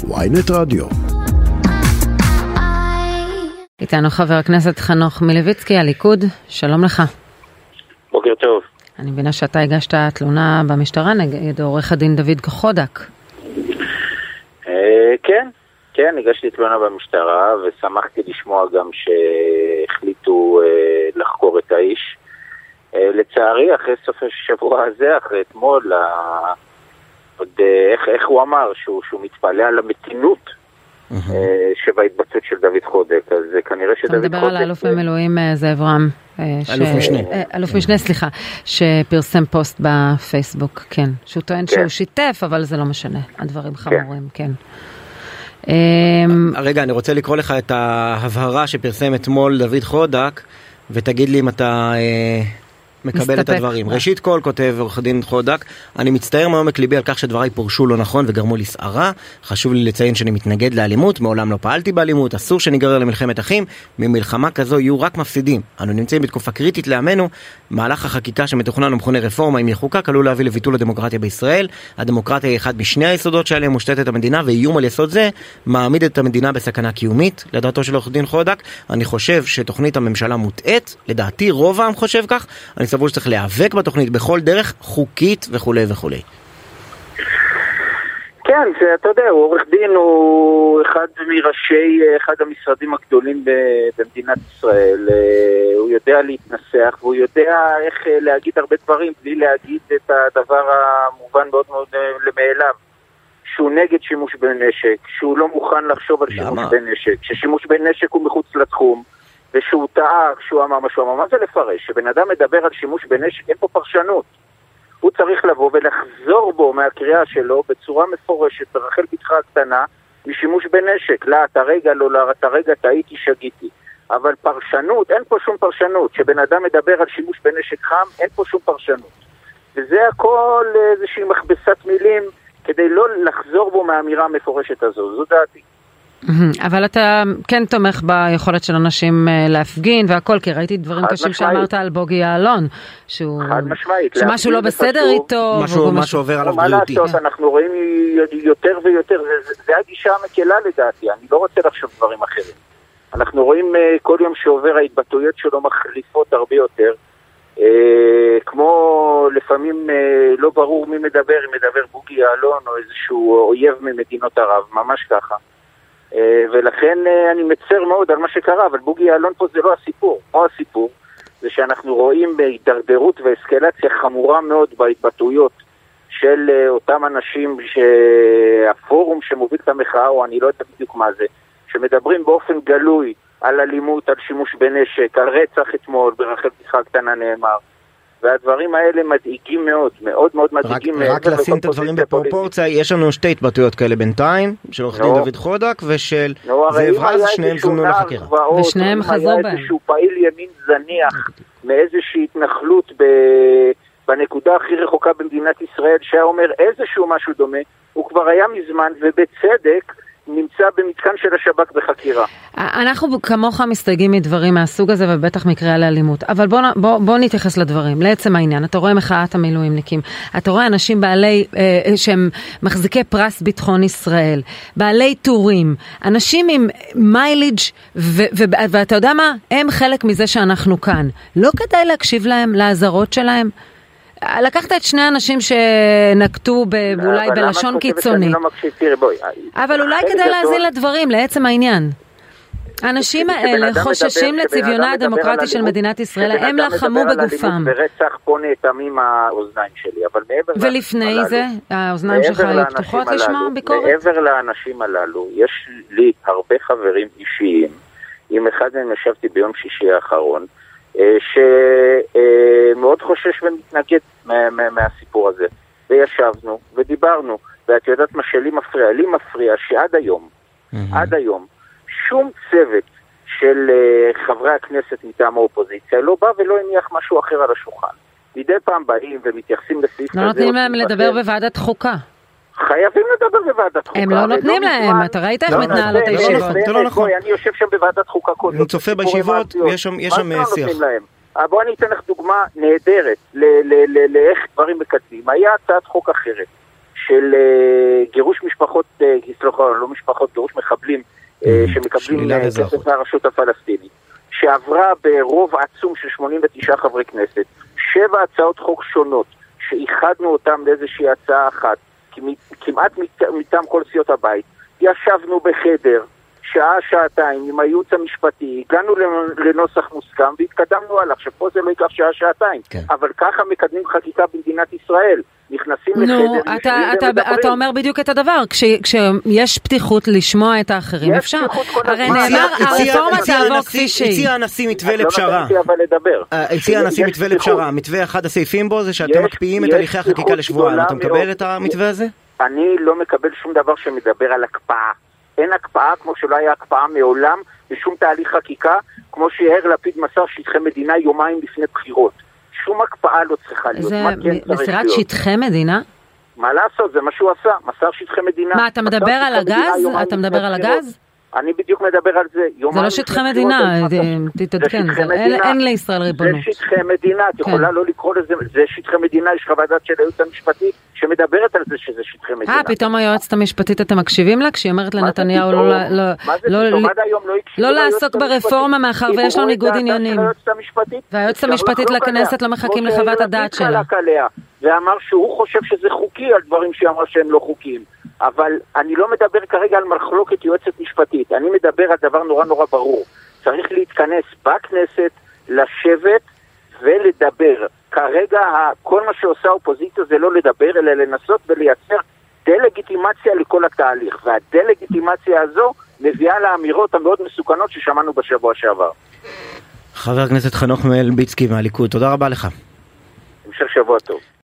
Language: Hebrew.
ynet רדיו. איתנו חבר הכנסת חנוך מלביצקי, הליכוד, שלום לך. בוקר טוב. אני מבינה שאתה הגשת תלונה במשטרה נגד עורך הדין דוד חודק. כן, הגשתי תלונה במשטרה, ושמחתי לשמוע גם שהחליטו לחקור את האיש. לצערי, אחרי סוף השבוע הזה, אחרי אתמול, איך הוא אמר, שהוא מתפלא על המתינות שבהתבצעות של דוד חודק, אז כנראה שדוד חודק... אתה מדבר על האלוף במילואים זאב רם. אלוף משנה, סליחה, שפרסם פוסט בפייסבוק, כן. שהוא טוען שהוא שיתף, אבל זה לא משנה. הדברים חמורים, כן. רגע, אני רוצה לקרוא לך את ההבהרה שפרסם אתמול דוד חודק, ותגיד לי אם אתה מקבל את הדברים. ראשית כל, כותב עורך דין חודק, אני מצטער מעומק ליבי על כך שדבריי פורשו לא נכון וגרמו לסערה. חשוב לי לציין שאני מתנגד לאלימות, מעולם לא פעלתי באלימות, אסור שניגרר למלחמת אחים. ממלחמה כזו יהיו רק מפסידים. אנו נמצאים בתקופה קריטית לעמנו. מהלך החקיקה שמתוכנן ומכונה רפורמה, אם יחוקק, עלול להביא לביטול הדמוקרטיה בישראל. הדמוקרטיה היא אחד משני היסודות שעליהם מושתתת המדינה, ואיום על יסוד זה מעמיד את המדינה בסכנה קיומית. לדעתו של עורך דין חודק, אני חושב שתוכנית הממשלה מוטעית. לדעתי רוב העם חושב כך. אני סבור שצריך להיאבק בתוכנית בכל דרך חוקית וכו' וכו'. כן, אתה יודע, עורך דין הוא אחד מראשי אחד המשרדים הגדולים במדינת ישראל. הוא יודע להתנסח והוא יודע איך להגיד הרבה דברים בלי להגיד את הדבר המובן מאוד מאוד למאליו. שהוא נגד שימוש בנשק, שהוא לא מוכן לחשוב על שימוש בנשק, ששימוש בנשק הוא מחוץ לתחום. ושהוא טעה, כשהוא אמר משהו, אמר, מה זה לפרש? שבן אדם מדבר על שימוש בנשק, אין פה פרשנות. הוא צריך לבוא ולחזור בו מהקריאה שלו בצורה מפורשת, ברחל בתך הקטנה, משימוש בנשק. לא, אתה רגע, לא, אתה רגע, טעיתי, שגיתי. אבל פרשנות, אין פה שום פרשנות. שבן אדם מדבר על שימוש בנשק חם, אין פה שום פרשנות. וזה הכל איזושהי מכבסת מילים, כדי לא לחזור בו מהאמירה המפורשת הזו. זו דעתי. אבל אתה כן תומך ביכולת של אנשים להפגין והכל, כי ראיתי דברים קשים שאמרת על בוגי יעלון, שמשהו לא בסדר איתו, משהו עובר עליו בריאותי. מה לעשות, אנחנו רואים יותר ויותר, זה הגישה המקלה לדעתי, אני לא רוצה לחשוב דברים אחרים. אנחנו רואים כל יום שעובר ההתבטאויות שלו מחריפות הרבה יותר, כמו לפעמים לא ברור מי מדבר, אם מדבר בוגי יעלון או איזשהו אויב ממדינות ערב, ממש ככה. ולכן אני מצר מאוד על מה שקרה, אבל בוגי יעלון פה זה לא הסיפור. מה הסיפור? זה שאנחנו רואים בהידרדרות ואסקלציה חמורה מאוד בהתבטאויות של אותם אנשים שהפורום שמוביל את המחאה, או אני לא יודע בדיוק מה זה, שמדברים באופן גלוי על אלימות, על שימוש בנשק, על רצח אתמול, ברחל בתך הקטנה נאמר. והדברים האלה מדאיגים מאוד, מאוד מאוד מדאיגים. רק לשים את הדברים בפרופורציה, יש לנו שתי התבטאויות כאלה בינתיים, של עורך דין דוד חודק ושל זאב רז, שניהם זומנו לחקירה. ושניהם חזרו בהם. איזשהו פעיל ימין זניח, מאיזושהי התנחלות בנקודה הכי רחוקה במדינת ישראל, שהיה אומר איזשהו משהו דומה, הוא כבר היה מזמן ובצדק, נמצא במתקן של השב"כ בחקירה. אנחנו כמוך מסתייגים מדברים מהסוג הזה, ובטח מקרה על האלימות. אבל בוא נתייחס לדברים. לעצם העניין, אתה רואה מחאת המילואימניקים, אתה רואה אנשים בעלי, שהם מחזיקי פרס ביטחון ישראל, בעלי טורים, אנשים עם מיילג' ואתה יודע מה? הם חלק מזה שאנחנו כאן. לא כדאי להקשיב להם, לעזרות שלהם? לקחת את שני אנשים שנקטו אולי בלשון קיצוני. אבל אולי כדאי להזין לדברים, לעצם העניין. האנשים האלה חוששים לצביונה הדמוקרטי של מדינת ישראל, הם לחמו בגופם. ורצח פה נאטמים האוזניים שלי, אבל מעבר... ולפני זה, האוזניים שלך היו פתוחות לשמוע ביקורת? מעבר לאנשים הללו, יש לי הרבה חברים אישיים, עם אחד מהם ישבתי ביום שישי האחרון, שמאוד חושש ומתנגד מהסיפור הזה. וישבנו ודיברנו, ואת יודעת מה שלי מפריע? לי מפריע שעד היום, שום צוות של חברי הכנסת מטעם האופוזיציה לא בא ולא הניח משהו אחר על השולחן. מדי פעם באים ומתייחסים לסעיף לא נותנים להם לדבר בוועדת חוקה. חייבים לדבר בוועדת חוקה. הם לא נותנים להם, אתה ראית איך מתנהלות הישיבות. זה לא נכון. אני יושב שם בוועדת חוקה קודם. אני צופה בישיבות ויש שם שיח. בוא אני אתן לך דוגמה נהדרת לאיך דברים מקצים. היה הצעת חוק אחרת של גירוש משפחות, לא משפחות, גירוש מחבלים שמקבלים כסף מהרשות הפלסטינית, שעברה ברוב עצום של 89 חברי כנסת, 7 הצעות חוק שונות, שאיחדנו אותם לאיזושהי הצעה אחת, כמעט מטעם כל סיעות הבית, ישבנו בחדר, שעה, שעתיים, עם הייעוץ המשפטי, הגענו לנוסח מוסכם והתקדמנו הלאה. שפה זה לא ייקח שעה, שעתיים. כן. אבל ככה מקדמים חקיקה במדינת ישראל. נכנסים לחדר, אתה אומר בדיוק את הדבר. כשיש פתיחות לשמוע את האחרים, אפשר. הרי נאמר, הרפורמה תעבור כפי שהיא. הציע הנשיא מתווה לפשרה. הציע הנשיא מתווה לפשרה. מתווה אחד הסעיפים בו זה שאתם מקפיאים את הליכי החקיקה לשבועיים. אתה מקבל את המתווה הזה? אני לא מקבל שום דבר שמדבר על הקפאה. אין הקפאה כמו שלא היה הקפאה מעולם בשום תהליך חקיקה, כמו שיאיר לפיד מסר שטחי מדינה יומיים לפני בחירות. שום הקפאה לא צריכה להיות. זה מסירת שטחי מדינה? מה לעשות? זה מה שהוא עשה. מסר שטחי מדינה. מה, אתה מדבר על הגז? אתה מדבר על הגז? אני בדיוק מדבר על זה. זה לא שטחי מדינה, תתעדכן, אין לישראל ריבונות. זה שטחי מדינה, את יכולה לא לקרוא לזה, זה שטחי מדינה, יש חוות דעת של הייעוץ המשפטי שמדברת על זה שזה שטחי מדינה. פתאום היועצת המשפטית אתם מקשיבים לה, כשהיא אומרת לנתניהו לא לעסוק ברפורמה מאחר ויש לו ניגוד עניינים. והיועצת המשפטית לכנסת לא מחכים לחוות הדעת שלה. ואמר שהוא חושב שזה חוקי על דברים שהיא אמרה שהם לא חוקיים. אבל אני לא מדבר כרגע על מחלוקת יועצת משפטית, אני מדבר על דבר נורא נורא ברור. צריך להתכנס בכנסת, לשבת ולדבר. כרגע כל מה שעושה האופוזיציה זה לא לדבר, אלא לנסות ולייצר דלגיטימציה לכל התהליך. והדלגיטימציה הזו מביאה לאמירות המאוד מסוכנות ששמענו בשבוע שעבר. חבר הכנסת חנוך מלביצקי מהליכוד, תודה רבה לך. המשך שבוע טוב.